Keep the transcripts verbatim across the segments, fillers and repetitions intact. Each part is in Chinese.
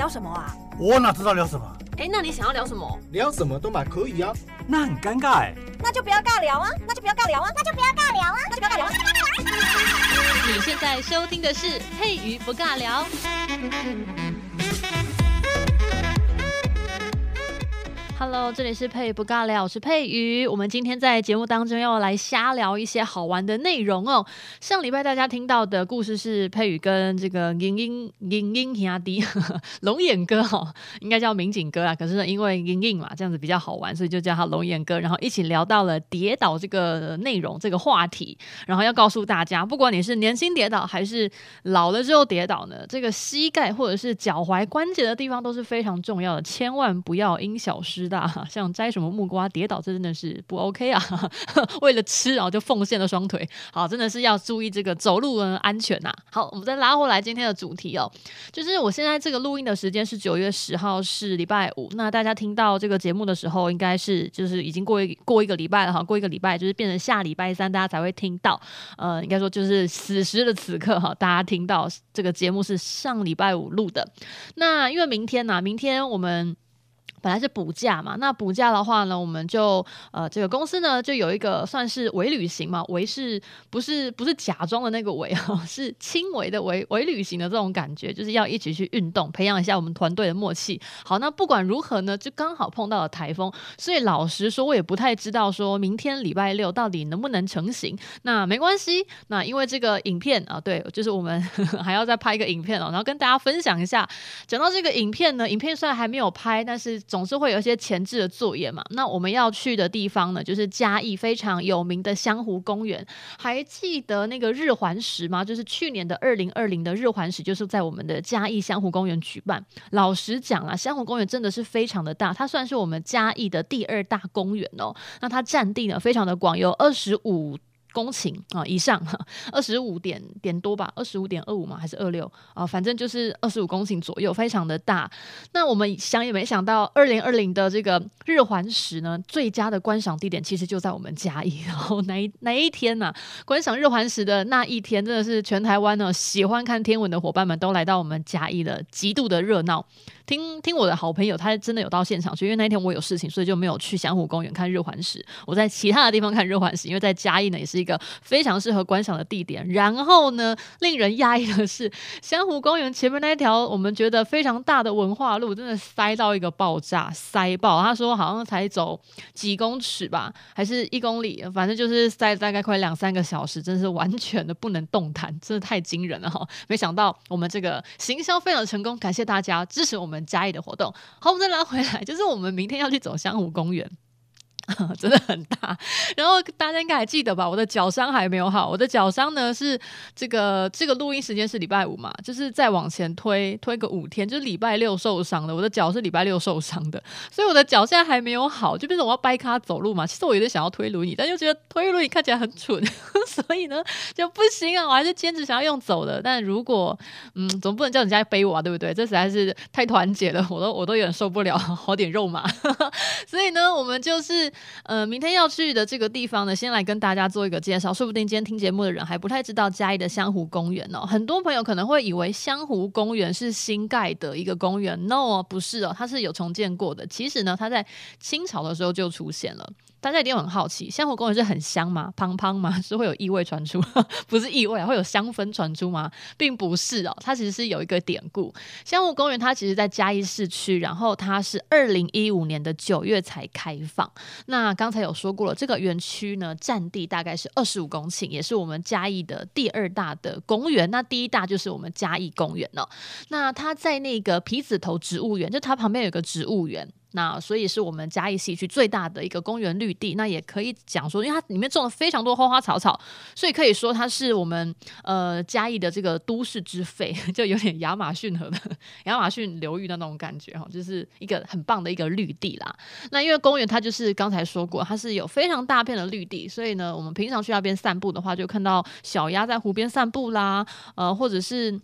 聊什么啊？ 我哪知道聊什么？ 哎，那你想要聊什么？ 聊什么都嘛可以啊。 那很尴尬哎。 那就不要尬聊啊！那就不要尬聊啊！那就不要尬聊啊！那就不要尬聊啊！ 你现在收听的是佩瑜不尬聊。Hello， 这里是佩瑜不尬聊，我是佩瑜。我们今天在节目当中要来瞎聊一些好玩的内容哦。上礼拜大家听到的故事是佩瑜跟这个英英英英兄弟龙眼哥哈、哦，应该叫民警哥啦。可是呢，因为英英嘛，这样子比较好玩，所以就叫他龙眼哥。然后一起聊到了跌倒这个内容这个话题，然后要告诉大家，不管你是年轻跌倒还是老了之后跌倒呢，这个膝盖或者是脚踝关节的地方都是非常重要的，千万不要因小失大。像摘什么木瓜跌倒，这真的是不 OK 啊！为了吃，然后就奉献了双腿，好，真的是要注意这个走路的安全呐、啊。好，我们再拉回来今天的主题哦，就是我现在这个录音的时间是九月十号，是礼拜五。那大家听到这个节目的时候，应该是就是已经过一过一个礼拜了哈，过一个礼拜就是变成下礼拜三大家才会听到。呃，应该说就是此时的此刻哈，大家听到这个节目是上礼拜五录的。那因为明天呢、啊，明天我们本来是补假嘛，那补假的话呢，我们就呃这个公司呢就有一个算是微旅行嘛，微是不是不是假装的那个微啊，是轻微的微微旅行的这种感觉，就是要一起去运动，培养一下我们团队的默契。好，那不管如何呢，就刚好碰到了台风，所以老实说，我也不太知道说明天礼拜六到底能不能成行。那没关系，那因为这个影片啊，对，就是我们呵呵还要再拍一个影片哦，然后跟大家分享一下。讲到这个影片呢，影片虽然还没有拍，但是总是会有一些前置的作业嘛。那我们要去的地方呢，就是嘉义非常有名的香湖公园。还记得那个日环食吗？就是去年的二零二零的日环食，就是在我们的嘉义香湖公园举办。老实讲啊，香湖公园真的是非常的大，它算是我们嘉义的第二大公园哦。那它占地呢非常的广，有二十五公顷啊以上，二十五点点多吧，二十五点二五嘛，还是二六啊？反正就是二十五公顷左右，非常的大。那我们想也没想到，二零二零的这个日环食呢，最佳的观赏地点其实就在我们嘉义。然后那一那一天呢、啊，观赏日环食的那一天，真的是全台湾呢喜欢看天文的伙伴们都来到我们嘉义了，极度的热闹。听听我的好朋友，他真的有到现场去，因为那一天我有事情，所以就没有去香湖公园看日环食。我在其他的地方看日环食，因为在嘉义呢也是一个非常适合观赏的地点。然后呢，令人讶异的是，香湖公园前面那一条我们觉得非常大的文化路，真的塞到一个爆炸，塞爆。他说好像才走几公尺吧，还是一公里，反正就是塞大概快两三个小时，真是完全的不能动弹，真的太惊人了哈！没想到我们这个行销非常成功，感谢大家支持我们嘉义的活动。好，我们再拉回来，就是我们明天要去走香湖公园。真的很大，然后大家应该还记得吧？我的脚伤还没有好，我的脚伤呢是这个这个录音时间是礼拜五嘛，就是再往前推推个五天，就是礼拜六受伤的。我的脚是礼拜六受伤的，所以我的脚现在还没有好，就变成我要掰咖走路嘛。其实我有点想要推轮椅，但又觉得推轮椅看起来很蠢，所以呢就不行啊，我还是坚持想要用走的。但如果嗯，总不能叫人家背我啊，对不对？这实在是太团结了，我都我都有点受不了，好点肉麻。所以呢，我们就是。呃，明天要去的这个地方呢，先来跟大家做一个介绍。说不定今天听节目的人还不太知道嘉义的香湖公园哦。很多朋友可能会以为香湖公园是新盖的一个公园 ，no， 不是哦，它是有重建过的。其实呢，它在清朝的时候就出现了。大家一定很好奇，香湖公园是很香吗？胖胖吗？是会有异味传出？不是异味啊，会有香氛传出吗？并不是哦，它其实是有一个典故。香湖公园它其实在嘉义市区，然后它是二零一五年的九月才开放。那刚才有说过了，这个园区呢占地大概是二十五公顷，也是我们嘉义的第二大的公园。那第一大就是我们嘉义公园哦。那它在那个皮子头植物园，就它旁边有个植物园。那所以是我们嘉义市区最大的一个公园绿地，那也可以讲说，因为它里面种了非常多花花草草，所以可以说它是我们呃嘉义的这个都市之肺，就有点亚马逊河的亚马逊流域的那种感觉哈，就是一个很棒的一个绿地啦。那因为公园它就是刚才说过，它是有非常大片的绿地，所以呢，我们平常去那边散步的话，就看到小鸭在湖边散步啦，呃，或者是。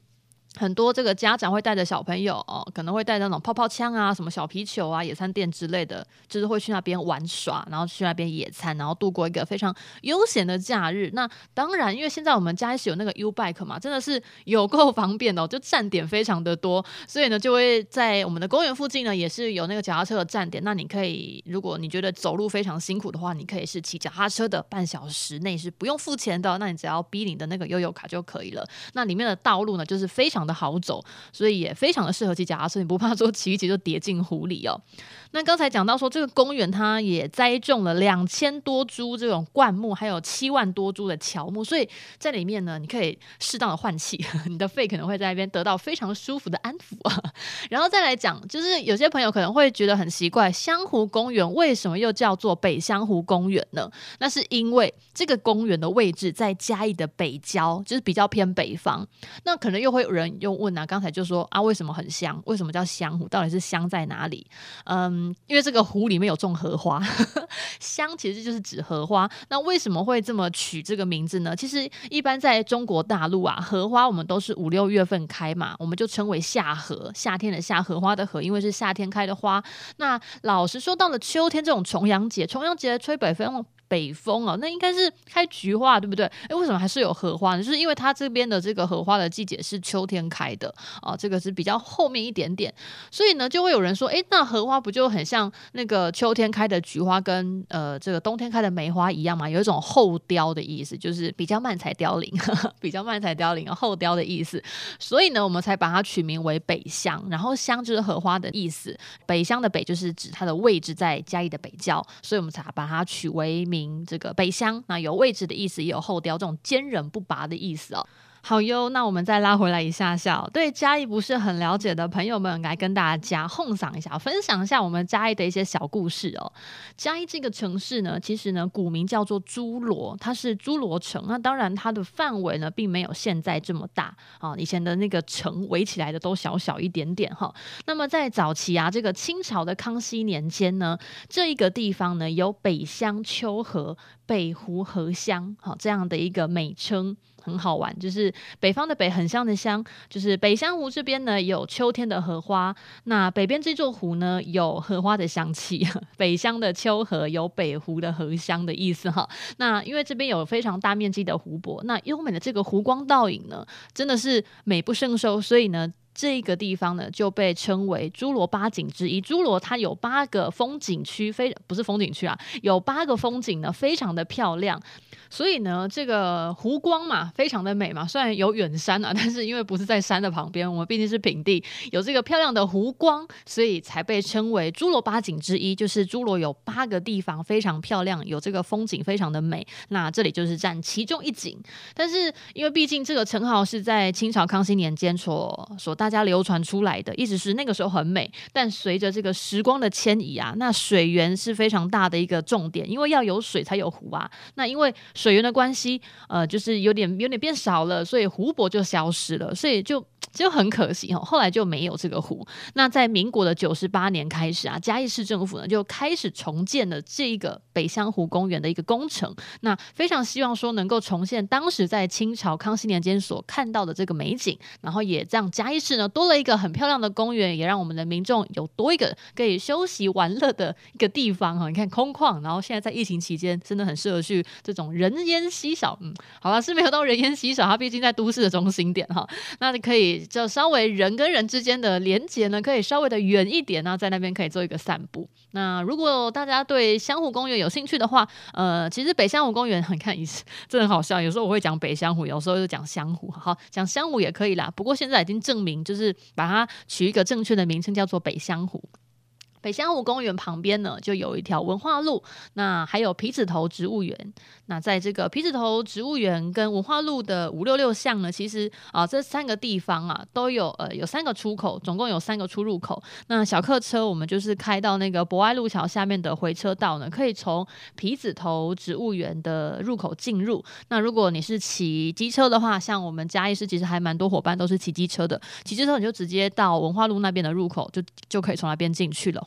很多这个家长会带着小朋友哦，可能会带那种泡泡枪啊、什么小皮球啊、野餐垫之类的，就是会去那边玩耍，然后去那边野餐，然后度过一个非常悠闲的假日。那当然，因为现在我们嘉义市有那个 U Bike 嘛，真的是有够方便哦，就站点非常的多，所以呢，就会在我们的公园附近呢，也是有那个脚踏车的站点。那你可以，如果你觉得走路非常辛苦的话，你可以是骑脚踏车的，半小时内是不用付钱的，那你只要逼你的那个悠游卡就可以了。那里面的道路呢，就是非常的好走，所以也非常的适合骑脚踏车，你不怕说骑一骑就跌进湖里哦。那刚才讲到说，这个公园它也栽种了两千多株这种灌木，还有七万多株的乔木，所以在里面呢，你可以适当的换气，你的肺可能会在那边得到非常舒服的安抚啊。然后再来讲，就是有些朋友可能会觉得很奇怪，香湖公园为什么又叫做北香湖公园呢？那是因为这个公园的位置在嘉义的北郊，就是比较偏北方。那可能又会有人又问啊，刚才就说啊，为什么很香？为什么叫香湖？到底是香在哪里？嗯，因为这个湖里面有种荷花，香其实就是指荷花。那为什么会这么取这个名字呢？其实一般在中国大陆啊，荷花我们都是五六月份开嘛，我们就称为夏荷，夏天的夏，荷花的荷，因为是夏天开的花。那老实说，到了秋天这种重阳节，重阳节吹北风。北风哦，那应该是开菊花，对不对？哎，为什么还是有荷花呢？就是因为它这边的这个荷花的季节是秋天开的啊，这个是比较后面一点点，所以呢，就会有人说，哎，那荷花不就很像那个秋天开的菊花跟呃这个冬天开的梅花一样嘛？有一种后凋的意思，就是比较慢才凋零，比较慢才凋零，后凋的意思。所以呢，我们才把它取名为北乡，然后乡就是荷花的意思，北乡的北就是指它的位置在嘉义的北郊，所以我们才把它取为名。这个北乡，那有位置的意思，也有后凋这种坚韧不拔的意思哦。好哟，那我们再拉回来一下下，对嘉义不是很了解的朋友们，来跟大家哄赏一下，分享一下我们嘉义的一些小故事哦。嘉义这个城市呢，其实呢，古名叫做诸罗，它是诸罗城。那当然，它的范围呢，并没有现在这么大啊。以前的那个城围起来的都小小一点点哈。那么在早期啊，这个清朝的康熙年间呢，这一个地方呢，有北乡秋荷、北湖荷乡好这样的一个美称。很好玩，就是北方的北，很香的香，就是北香湖这边呢有秋天的荷花，那北边这座湖呢有荷花的香气，北乡的秋荷有北湖的荷香的意思哈。那因为这边有非常大面积的湖泊，那优美的这个湖光倒影呢，真的是美不胜收，所以呢。这个地方呢就被称为诸罗八景之一。诸罗它有八个风景区，非不是风景区啊，有八个风景呢，非常的漂亮。所以呢，这个湖光嘛，非常的美嘛。虽然有远山啊，但是因为不是在山的旁边，我们毕竟是平地，有这个漂亮的湖光，所以才被称为诸罗八景之一。就是诸罗有八个地方非常漂亮，有这个风景非常的美。那这里就是占其中一景。但是因为毕竟这个称号是在清朝康熙年间所所大家流传出来的，一直是那个时候很美。但随着这个时光的迁移啊，那水源是非常大的一个重点，因为要有水才有湖啊。那因为水源的关系，呃，就是有点有点变少了，所以湖泊就消失了，所以就就很可惜哦。后来就没有这个湖。那在民国的九十八年开始啊，嘉义市政府呢就开始重建了这一个北香湖公园的一个工程。那非常希望说能够重现当时在清朝康熙年间所看到的这个美景，然后也让嘉义市呢多了一个很漂亮的公园，也让我们的民众有多一个可以休息玩乐的一个地方哈。你看空旷，然后现在在疫情期间，真的很适合去这种人烟稀少，嗯，好了，是没有到人烟稀少，它毕竟在都市的中心点哈。那可以就稍微人跟人之间的连结呢，可以稍微的远一点，那在那边可以做一个散步。那如果大家对香湖公园有兴趣的话，呃，其实北香湖公园很看意思，真的很好笑。有时候我会讲北香湖，有时候又讲香湖，好，讲香湖也可以啦。不过现在已经证明，就是把它取一个正确的名称，叫做北香湖。北香湖公园旁边呢，就有一条文化路，那还有皮子头植物园。那在这个皮子头植物园跟文化路的五六六巷呢，其实啊、呃、这三个地方啊都有呃有三个出口，总共有三个出入口。那小客车我们就是开到那个博爱路桥下面的回车道呢，可以从皮子头植物园的入口进入。那如果你是骑机车的话，像我们嘉义市其实还蛮多伙伴都是骑机车的，骑机车你就直接到文化路那边的入口就就可以从那边进去了。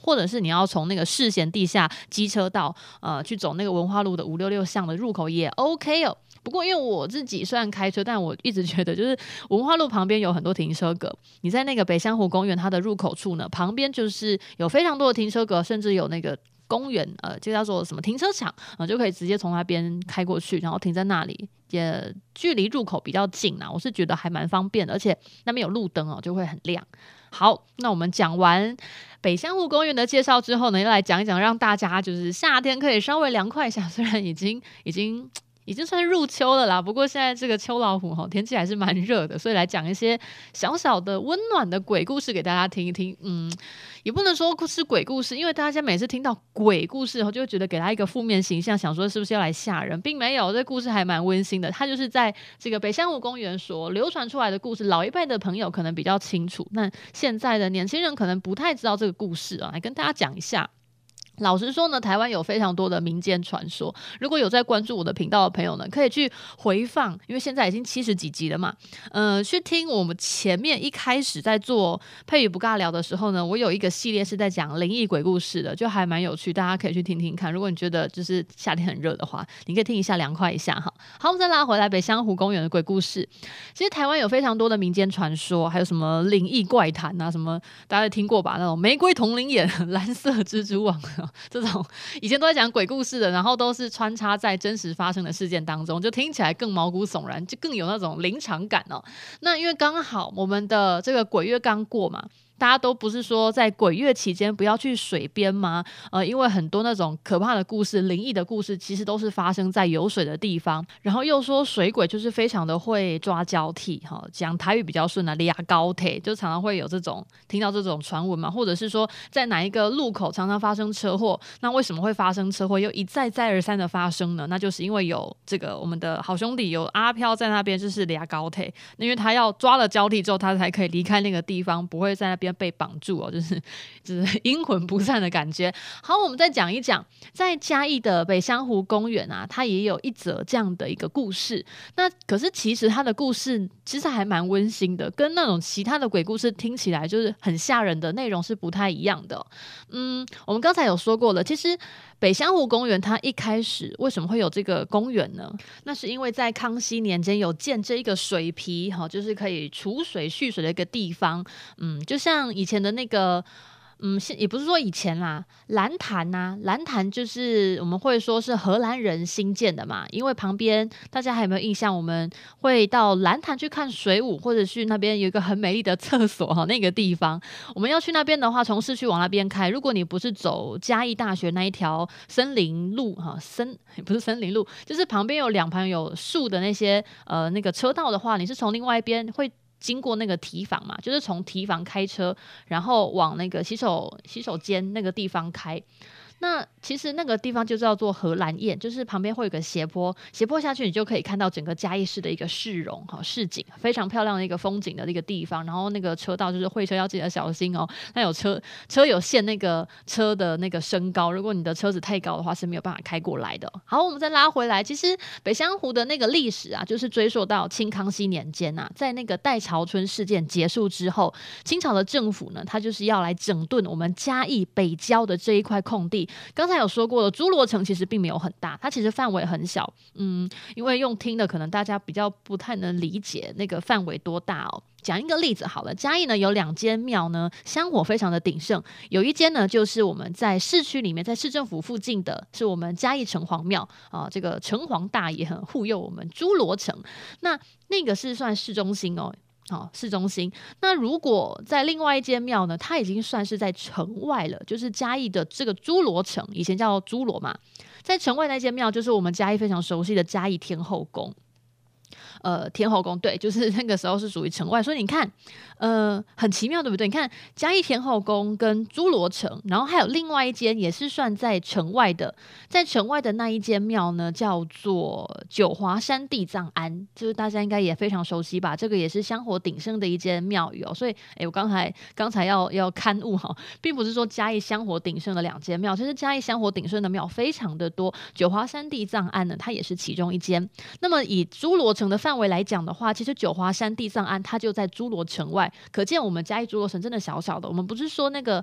或者是你要从那个世贤地下机车道呃去走那个文化路的五六六巷的入口也 OK 哦。不过因为我自己虽然开车，但我一直觉得就是文化路旁边有很多停车格，你在那个北香湖公园它的入口处呢，旁边就是有非常多的停车格，甚至有那个公园呃，就叫做什么停车场啊、呃，就可以直接从那边开过去，然后停在那里，也距离入口比较近啊，我是觉得还蛮方便的，而且那边有路灯哦，就会很亮。好，那我们讲完北香湖公园的介绍之后呢，要来讲一讲让大家就是夏天可以稍微凉快一下，虽然已经已经。已经算是入秋了啦，不过现在这个秋老虎吼天气还是蛮热的，所以来讲一些小小的温暖的鬼故事给大家听一听。嗯，也不能说是鬼故事，因为大家每次听到鬼故事后就会觉得给他一个负面形象，想说是不是要来吓人，并没有，这故事还蛮温馨的。它就是在这个北香湖公园所流传出来的故事，老一辈的朋友可能比较清楚，那现在的年轻人可能不太知道这个故事啊，来跟大家讲一下。老实说呢，台湾有非常多的民间传说，如果有在关注我的频道的朋友呢，可以去回放，因为现在已经七十几集了嘛，呃，去听我们前面一开始在做佩语不尬聊的时候呢，我有一个系列是在讲灵异鬼故事的，就还蛮有趣，大家可以去听听看。如果你觉得就是夏天很热的话，你可以听一下，凉快一下哈。好，我们再拉回来北香湖公园的鬼故事。其实台湾有非常多的民间传说，还有什么灵异怪谈啊，什么大家听过吧？那种玫瑰同龄眼、蓝色蜘蛛网。这种以前都在讲鬼故事的，然后都是穿插在真实发生的事件当中，就听起来更毛骨悚然，就更有那种临场感哦。那因为刚好我们的这个鬼月刚过嘛，大家都不是说在鬼月期间不要去水边吗？呃，因为很多那种可怕的故事、灵异的故事，其实都是发生在有水的地方。然后又说水鬼就是非常的会抓交替，哈，讲台语比较顺啊，抓高铁，就常常会有这种听到这种传闻嘛，或者是说在哪一个路口常常发生车祸，那为什么会发生车祸，又一再再而三的发生呢？那就是因为有这个我们的好兄弟有阿飘在那边，就是抓高铁，因为他要抓了交替之后，他才可以离开那个地方，不会在那边被绑住哦，就是就是阴魂不散的感觉。好，我们再讲一讲，在嘉义的北香湖公园啊，它也有一则这样的一个故事。那可是其实它的故事其实还蛮温馨的，跟那种其他的鬼故事听起来就是很吓人的内容是不太一样的。嗯，我们刚才有说过了，其实北香湖公园它一开始为什么会有这个公园呢？那是因为在康熙年间有建这一个水皮，就是可以储水蓄水的一个地方。嗯，就像以前的那个。嗯，也不是说以前啦，蓝潭呐、啊，蓝潭就是我们会说是荷兰人新建的嘛，因为旁边大家还有没有印象？我们会到蓝潭去看水舞，或者去那边有一个很美丽的厕所哈，那个地方我们要去那边的话，从市区往那边开，如果你不是走嘉义大学那一条森林路哈，森不是森林路，就是旁边有两旁有树的那些呃那个车道的话，你是从另外一边会。经过那个堤防嘛，就是从堤防开车，然后往那个洗手洗手间那个地方开。那其实那个地方就叫做荷兰宴，就是旁边会有个斜坡，斜坡下去你就可以看到整个嘉义市的一个市容哈市景，非常漂亮的一个风景的一个地方。然后那个车道就是会车要记得小心哦，那有车车有限那个车的那个升高，如果你的车子太高的话是没有办法开过来的。好，我们再拉回来，其实北香湖的那个历史啊，就是追溯到清康熙年间啊，在那个戴潮春事件结束之后，清朝的政府呢，它就是要来整顿我们嘉义北郊的这一块空地。刚才有说过了，诸罗城其实并没有很大，它其实范围很小。嗯，因为用听的可能大家比较不太能理解那个范围多大哦。讲一个例子好了，嘉义呢有两间庙呢，香火非常的鼎盛。有一间呢，就是我们在市区里面，在市政府附近的，是我们嘉义城隍庙啊。这个城隍大爷很护佑我们诸罗城，那那个是算市中心哦。哦，市中心。那如果在另外一间庙呢，它已经算是在城外了，就是嘉义的这个诸罗城，以前叫诸罗嘛，在城外那间庙就是我们嘉义非常熟悉的嘉义天后宫。呃，天后宫对，就是那个时候是属于城外，所以你看，呃，很奇妙，对不对？你看嘉义天后宫跟诸罗城，然后还有另外一间也是算在城外的，在城外的那一间庙呢，叫做九华山地藏庵，就是大家应该也非常熟悉吧？这个也是香火鼎盛的一间庙宇哦。所以，哎，我刚才刚才要要勘误哈，并不是说嘉义香火鼎盛的两间庙，其实嘉义香火鼎盛的庙非常的多，九华山地藏庵呢，它也是其中一间。那么以诸罗城的范围来讲的话，其实九华山地藏庵它就在诸罗城外，可见我们嘉义诸罗城真的小小的。我们不是说那个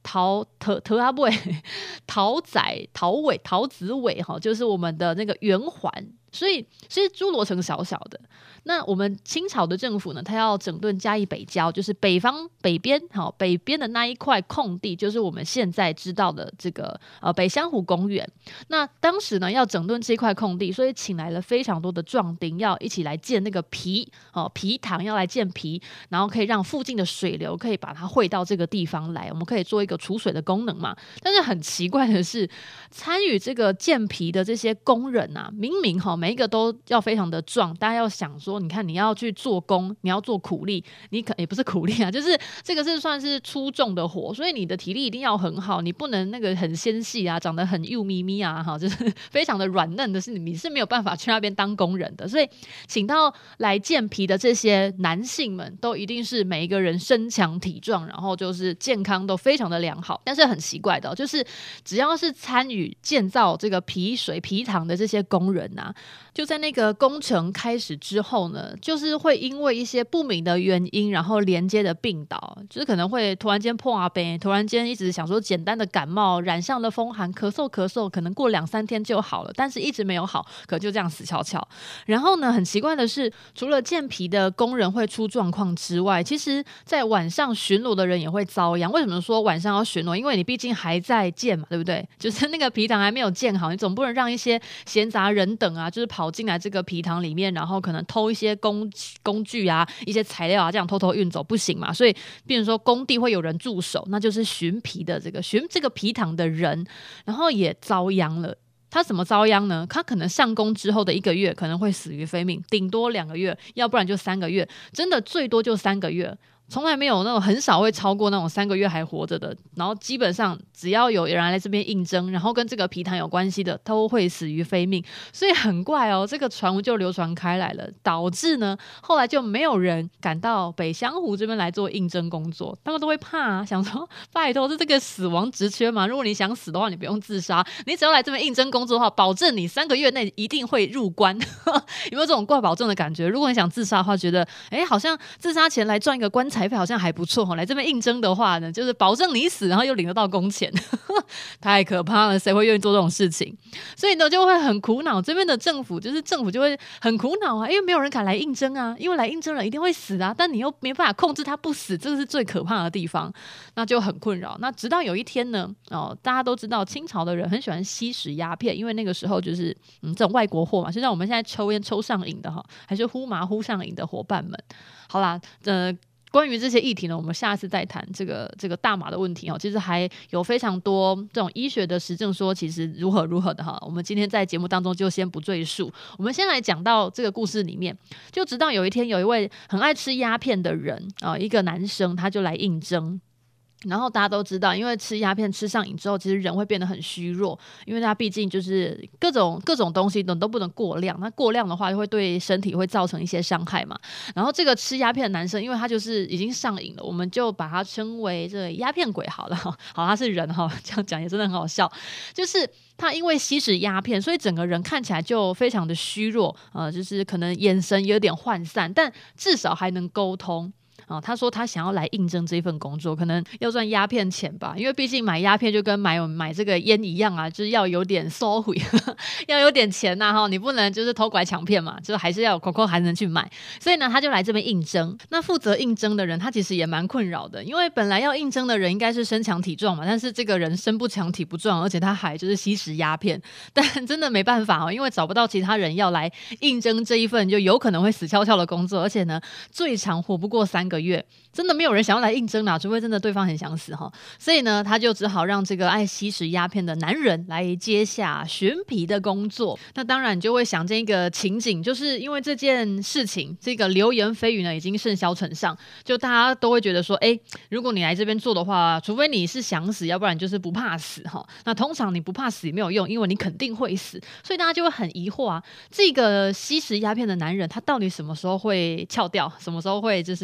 桃桃桃阿尾、桃仔、桃尾、桃子尾哈，就是我们的那个圆环。所以其实诸罗城小小的，那我们清朝的政府呢，它要整顿嘉义北郊，就是北方北边，好北边的那一块空地，就是我们现在知道的这个呃北香湖公园。那当时呢要整顿这块空地，所以请来了非常多的壮丁，要一起来建那个皮哦皮塘，要来建皮，然后可以让附近的水流可以把它汇到这个地方来，我们可以做一个储水的功能嘛。但是很奇怪的是，参与这个建皮的这些工人啊，明明哈每一个都要非常的壮，大家要想说，你看你要去做工，你要做苦力，你可也不是苦力啊，就是这个是算是粗重的活，所以你的体力一定要很好，你不能那个很纤细啊，长得很幼咪咪啊，哈，就是非常的软嫩的是，你是没有办法去那边当工人的。所以请到来建皮的这些男性们，都一定是每一个人身强体壮，然后就是健康都非常的良好。但是很奇怪的、哦，就是只要是参与建造这个皮水皮塘的这些工人啊，就在那个工程开始之后呢，就是会因为一些不明的原因，然后连接的病倒，就是可能会突然间破阿杯，突然间一直想说简单的感冒，染上了风寒，咳嗽咳嗽，可能过两三天就好了，但是一直没有好，可就这样死翘翘。然后呢，很奇怪的是，除了建皮的工人会出状况之外，其实在晚上巡逻的人也会遭殃。为什么说晚上要巡逻？因为你毕竟还在建嘛，对不对？就是那个皮塘还没有建好，你总不能让一些闲杂人等啊，就是跑进来这个皮塘里面，然后可能偷一些工工具啊、一些材料啊，这样偷偷运走不行嘛。所以，比如说工地会有人驻守，那就是巡皮的这个巡这个皮塘的人，然后也遭殃了。他怎么遭殃呢？他可能上工之后的一个月可能会死于非命，顶多两个月，要不然就三个月，真的最多就三个月。从来没有那种很少会超过那种三个月还活着的，然后基本上只要有人来这边应征，然后跟这个皮塘有关系的，都会死于非命。所以很怪哦，这个传闻就流传开来了，导致呢后来就没有人敢到北香湖这边来做应征工作，他们都会怕啊，想说拜托是这个死亡职缺嘛，如果你想死的话，你不用自杀，你只要来这边应征工作的话，保证你三个月内一定会入关。有没有这种挂保证的感觉？如果你想自杀的话，觉得哎好像自杀前来赚一个棺材财费好像还不错，来这边应征的话呢，就是保证你死，然后又领得到工钱，太可怕了，谁会愿意做这种事情？所以呢，就会很苦恼。这边的政府就是政府就会很苦恼啊，因为没有人敢来应征啊，因为来应征人一定会死啊，但你又没办法控制他不死，这个是最可怕的地方，那就很困扰。那直到有一天呢，哦，大家都知道清朝的人很喜欢吸食鸦片，因为那个时候就是嗯这种外国货嘛，就像我们现在抽烟抽上瘾的哈，还是呼麻呼上瘾的伙伴们。好啦，呃。关于这些议题呢，我们下次再谈这个这个大麻的问题哦。其实还有非常多这种医学的实证说，其实如何如何的哈。我们今天在节目当中就先不赘述。我们先来讲到这个故事里面，就直到有一天有一位很爱吃鸦片的人啊、呃，一个男生他就来应征。然后大家都知道，因为吃鸦片吃上瘾之后，其实人会变得很虚弱，因为他毕竟就是各种各种东西都都不能过量，那过量的话就会对身体会造成一些伤害嘛。然后这个吃鸦片的男生，因为他就是已经上瘾了，我们就把他称为这个鸦片鬼好了。好，他是人哈，这样讲也真的很好笑，就是他因为吸食鸦片，所以整个人看起来就非常的虚弱，呃，就是可能眼神有点涣散，但至少还能沟通。哦、他说他想要来应征这份工作，可能要赚鸦片钱吧，因为毕竟买鸦片就跟买买这个烟一样啊，就是要有点收回，要有点钱呐、啊、你不能就是偷拐抢骗嘛，就是还是要有口口还能去买，所以呢，他就来这边应征。那负责应征的人，他其实也蛮困扰的，因为本来要应征的人应该是身强体壮嘛，但是这个人身不强体不壮，而且他还就是吸食鸦片，但真的没办法哦，因为找不到其他人要来应征这一份就有可能会死翘翘的工作，而且呢，最长活不过三个月，真的没有人想要来应征啦，除非真的对方很想死哈。所以呢，他就只好让这个爱吸食鸦片的男人来接下寻皮的工作。那当然你就会想这个情景，就是因为这件事情，这个流言蜚语呢已经甚嚣尘上，就大家都会觉得说，哎，如果你来这边做的话，除非你是想死，要不然就是不怕死哈。那通常你不怕死也没有用，因为你肯定会死，所以大家就会很疑惑啊，这个吸食鸦片的男人他到底什么时候会翘掉，什么时候会就是入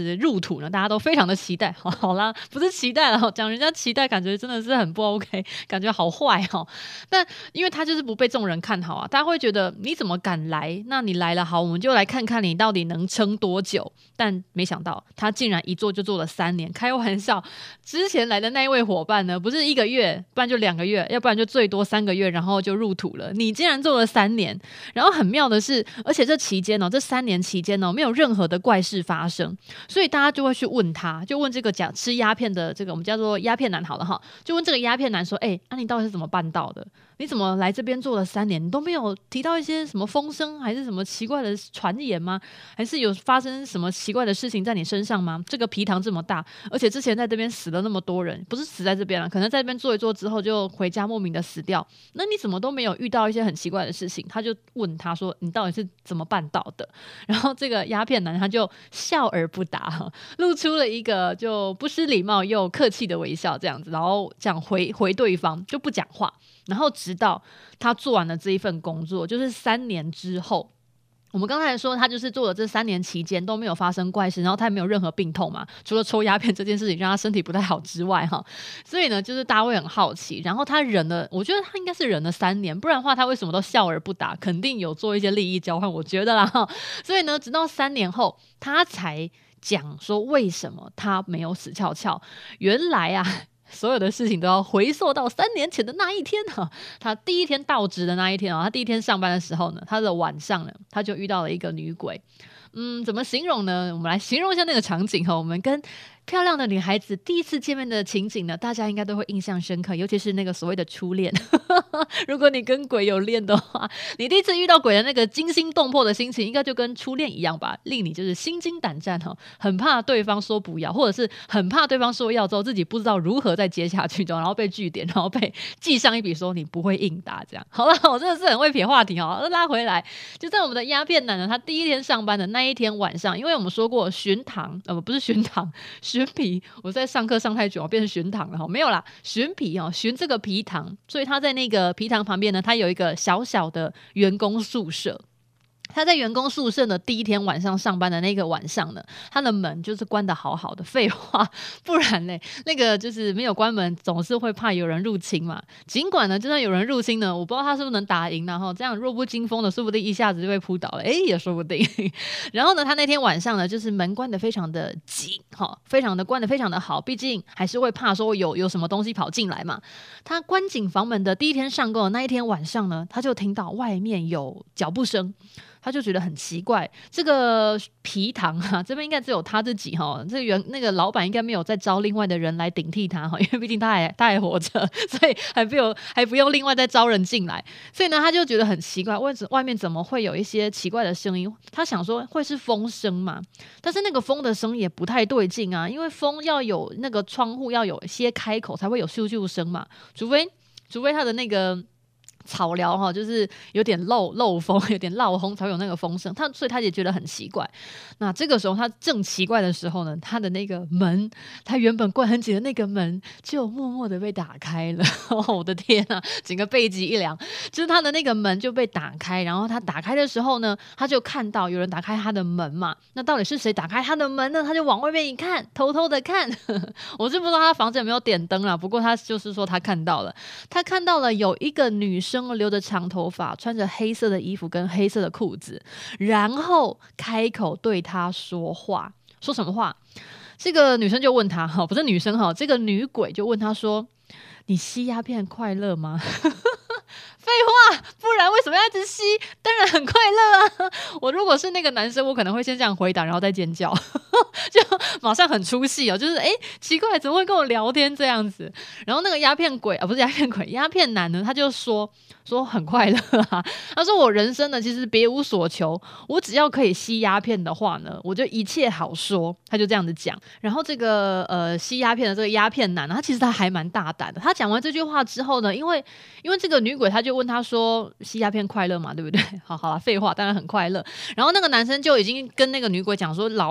土呢？大家都非常的期待。好, 好啦，不是期待了，讲人家期待，感觉真的是很不 OK， 感觉好坏哦。但因为他就是不被众人看好啊，大家会觉得你怎么敢来？那你来了，好，我们就来看看你到底能撑多久。但没想到他竟然一做就做了三年，开玩笑，之前来的那一位伙伴呢，不是一个月，不然就两个月，要不然就最多三个月，然后就入土了。你竟然做了三年，然后很妙的是，而且这期间哦，这三年期间哦，没有任何的怪事发生，所以大家就会去问他，就问这个讲吃鸦片的这个我们叫做鸦片男好了哈，就问这个鸦片男说，哎、欸，那、啊、你到底是怎么办到的？你怎么来这边做了三年，你都没有提到一些什么风声，还是什么奇怪的传言吗？还是有发生什么奇怪的事情在你身上吗？这个皮塘这么大，而且之前在这边死了那么多人，不是死在这边了，可能在这边做一做之后就回家莫名的死掉，那你怎么都没有遇到一些很奇怪的事情？他就问他说，你到底是怎么办到的？然后这个鸦片男他就笑而不答，露出了一个就不失礼貌又客气的微笑，这样子，然后这样回回对方，就不讲话。然后直到他做完了这一份工作，就是三年之后，我们刚才说他就是做了这三年期间都没有发生怪事，然后他也没有任何病痛嘛，除了抽鸦片这件事情让他身体不太好之外哈，所以呢就是大家会很好奇，然后他忍了，我觉得他应该是忍了三年，不然的话他为什么都笑而不答？肯定有做一些利益交换，我觉得啦哈。所以呢，直到三年后他才讲说为什么他没有死翘翘，原来啊。所有的事情都要回溯到三年前的那一天哈，他第一天到职的那一天他第一天上班的时候呢，他的晚上呢，他就遇到了一个女鬼。嗯，怎么形容呢？我们来形容一下那个场景哈。我们跟漂亮的女孩子第一次见面的情景呢，大家应该都会印象深刻，尤其是那个所谓的初恋。如果你跟鬼有恋的话，你第一次遇到鬼的那个惊心动魄的心情，应该就跟初恋一样吧，令你就是心惊胆战哈，很怕对方说不要，或者是很怕对方说要之后，自己不知道如何再接下去，然后被句点，然后被记上一笔说你不会应答这样。好了，我真的是很会撇话题哦。拉回来，就在我们的鸦片男呢，他第一天上班的那一天晚上，因为我们说过巡堂，呃，不是巡堂。巡皮，我在上课上太久，变成巡堂了，没有啦，巡皮哦，巡这个皮堂，所以他在那个皮堂旁边呢，他有一个小小的员工宿舍。他在员工宿舍的第一天晚上上班的那个晚上呢，他的门就是关得好好的，废话，不然嘞，那个就是没有关门，总是会怕有人入侵嘛。尽管呢，就算有人入侵呢，我不知道他是不是能打赢，然后这样弱不禁风的，说不定一下子就被扑倒了，哎，也说不定。然后呢，他那天晚上呢，就是门关得非常的紧，哈，非常的关得非常的好，毕竟还是会怕说有有什么东西跑进来嘛。他关紧房门的第一天上工的那一天晚上呢，他就听到外面有脚步声。他就觉得很奇怪，这个皮堂啊，这边应该只有他自己哈，这个原那个老板应该没有再招另外的人来顶替他哈，因为毕竟他还他还活着，所以还不有还不用另外再招人进来，所以呢，他就觉得很奇怪，为外面怎么会有一些奇怪的声音？他想说会是风声嘛，但是那个风的声也不太对劲啊，因为风要有那个窗户要有一些开口才会有咻咻声嘛，除非除非他的那个。草寮哈，就是有点漏漏风，有点漏风才会有那个风声。他所以他也觉得很奇怪。那这个时候他正奇怪的时候呢，他的那个门，他原本关很紧的那个门，就默默的被打开了。哦、我的天啊，整个背脊一凉，就是他的那个门就被打开。然后他打开的时候呢，他就看到有人打开他的门嘛。那到底是谁打开他的门呢？他就往外面一看，偷偷的看。我是不知道他房子有没有点灯啦，不过他就是说他看到了，他看到了有一个女生。留着长头发，穿着黑色的衣服跟黑色的裤子，然后开口对他说话，说什么话？这个女生就问他，不是女生哈，这个女鬼就问他说：“你吸鸦片快乐吗？”废话，不然为什么要一直吸？当然很快乐啊！我如果是那个男生，我可能会先这样回答，然后再尖叫，就马上很出戏哦。就是哎，奇怪，怎么会跟我聊天这样子？然后那个鸦片鬼啊，不是鸦片鬼，鸦片男呢，他就说说很快乐啊。他说我人生呢，其实别无所求，我只要可以吸鸦片的话呢，我就一切好说。他就这样子讲。然后这个呃吸鸦片的这个鸦片男呢，他其实他还蛮大胆的。他讲完这句话之后呢，因为因为这个女鬼，他就问他说：“吸鸦片快乐嘛，对不对？”好好啦，废话，当然很快乐。然后那个男生就已经跟那个女鬼讲说：“老实说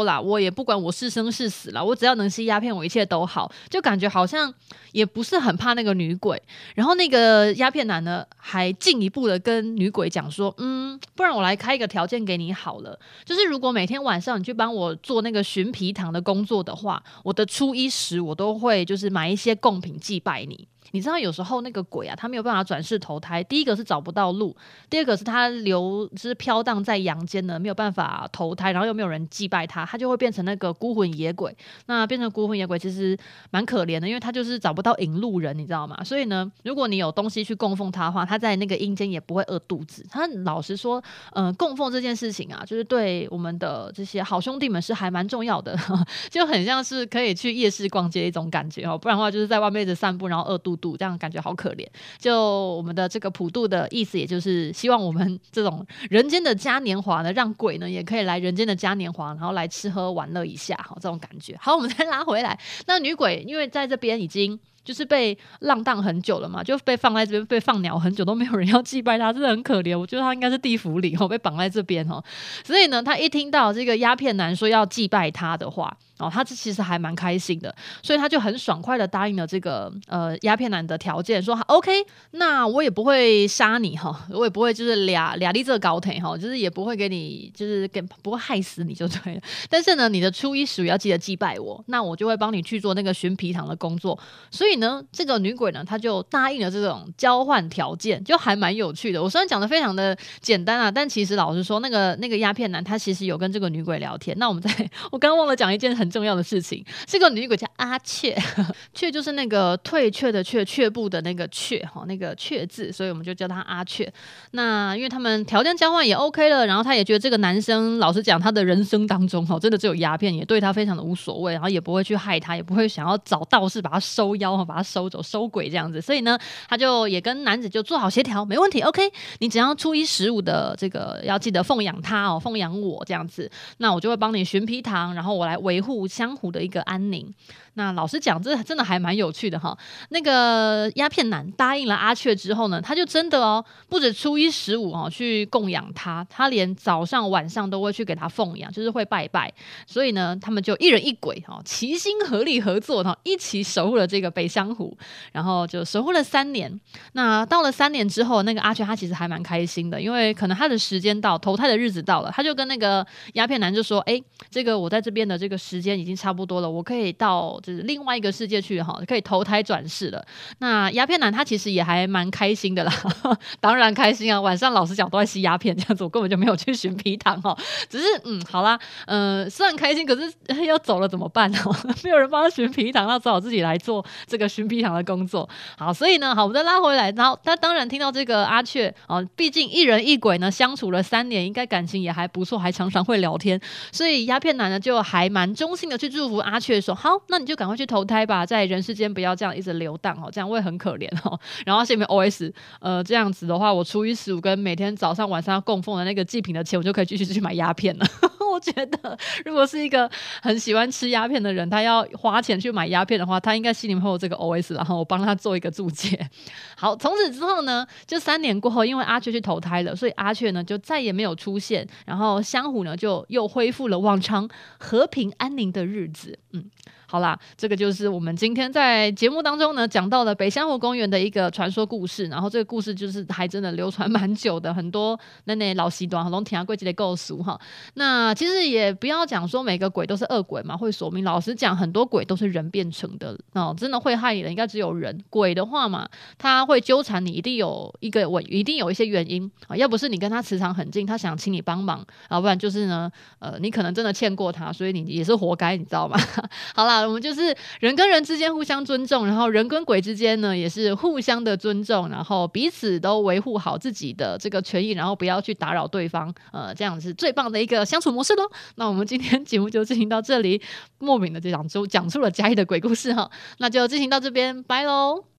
啦，我也不管我是生是死啦，我只要能吸鸦片，我一切都好，就感觉好像也不是很怕那个女鬼。然后那个鸦片男呢，还进一步的跟女鬼讲说，嗯，不然我来开一个条件给你好了，就是如果每天晚上你去帮我做那个巡皮堂的工作的话，我的初一十我都会就是买一些贡品祭拜你。你知道有时候那个鬼啊，他没有办法转世投胎，第一个是找不到路，第二个是他流就是飘荡在阳间呢，没有办法投胎，然后又没有人祭拜他，他就会变成那个孤魂野鬼。那变成孤魂野鬼其实蛮可怜的，因为他就是找不到引路人，你知道吗？所以呢，如果你有东西去供奉他的话，他在那个阴间也不会饿肚子。他老实说，呃，供奉这件事情啊，就是对我们的这些好兄弟们是还蛮重要的，就很像是可以去夜市逛街一种感觉哦，不然的话就是在外面一直散步，然后饿肚肚。这样感觉好可怜。就我们的这个普渡的意思，也就是希望我们这种人间的嘉年华呢，让鬼呢也可以来人间的嘉年华，然后来吃喝玩乐一下，好，这种感觉。好，我们再拉回来。那女鬼因为在这边已经就是被浪荡很久了嘛，就被放在这边被放鸟很久，都没有人要祭拜他，真的很可怜。我觉得他应该是地府里、哦、被绑在这边、哦、所以呢，他一听到这个鸦片男说要祭拜他的话，哦，他其实还蛮开心的，所以他就很爽快的答应了这个呃鸦片男的条件，说 OK， 那我也不会杀你哈，我也不会就是俩俩力这高腿哈，就是也不会给你就是给不会害死你就对了。但是呢，你的初一十五要记得祭拜我，那我就会帮你去做那个巡皮堂的工作。所以呢，这个女鬼呢，她就答应了这种交换条件，就还蛮有趣的。我虽然讲的非常的简单啊，但其实老实说，那个那个鸦片男他其实有跟这个女鬼聊天。那我们在我刚刚忘了讲一件很重要的事情，这个女鬼叫阿雀，雀就是那个退却的却，却步的那个却，那个却字，所以我们就叫她阿雀。那因为他们条件交换也 OK 了，然后他也觉得这个男生老实讲，他的人生当中真的只有鸦片，也对他非常的无所谓，然后也不会去害他，也不会想要找道士把他收腰，把他收走，收鬼这样子。所以呢，他就也跟男子就做好协调，没问题 OK， 你只要初一十五的这个要记得奉养他哦，奉养我这样子，那我就会帮你巡皮堂，然后我来维护江湖的一个安宁。那老实讲，这真的还蛮有趣的哈。那个鸦片男答应了阿雀之后呢，他就真的哦，不止初一十五哦去供养他，他连早上晚上都会去给他奉养，就是会拜拜。所以呢，他们就一人一鬼哈，齐心合力合作哈，一起守护了这个北湘湖，然后就守护了三年。那到了三年之后，那个阿雀他其实还蛮开心的，因为可能他的时间到，投胎的日子到了，他就跟那个鸦片男就说：“哎，这个我在这边的这个时间已经差不多了，我可以到。”就是另外一个世界去哈，可以投胎转世了。那鸦片男他其实也还蛮开心的啦，当然开心啊！晚上老实讲都在吸鸦片这样子，我根本就没有去巡皮堂哈。只是嗯，好啦，呃，虽然开心，可是要走了怎么办呢？没有人帮他巡皮堂，那只好自己来做这个巡皮堂的工作。好，所以呢，好，我们再拉回来。然后他当然听到这个阿雀哦，毕竟一人一鬼呢相处了三年，应该感情也还不错，还常常会聊天，所以鸦片男呢就还蛮衷心的去祝福阿雀说：“好，那你就赶快去投胎吧，在人世间不要这样一直流荡哦，这样会很可怜哦。”然后下面 O S 呃这样子的话，我初一十五跟每天早上晚上要供奉的那个祭品的钱，我就可以继续去买鸦片了。我觉得如果是一个很喜欢吃鸦片的人，他要花钱去买鸦片的话，他应该心里面会有这个 O S， 然后我帮他做一个注解。好，从此之后呢，就三年过后，因为阿雀去投胎了，所以阿雀呢就再也没有出现，然后湘湖呢就又恢复了往常和平安宁的日子。嗯，好啦，这个就是我们今天在节目当中呢讲到了北湘湖公园的一个传说故事，然后这个故事就是还真的流传蛮久的，很多那那老习短很多听啊贵记的构俗哈。那其实也不要讲说每个鬼都是恶鬼嘛，会索命。老实讲，很多鬼都是人变成的哦，真的会害你的应该只有人。鬼的话嘛，他会纠缠你，一定有一个我一定有一些原因啊，要不是你跟他磁场很近，他想请你帮忙，要不然就是呢，呃，你可能真的欠过他，所以你也是活该，你知道吗？好啦，我们就是人跟人之间互相尊重，然后人跟鬼之间呢也是互相的尊重，然后彼此都维护好自己的这个权益，然后不要去打扰对方，呃，这样是最棒的一个相处模式咯。那我们今天节目就进行到这里，莫名的就讲出讲出了嘉义的鬼故事哈，那就进行到这边，拜喽。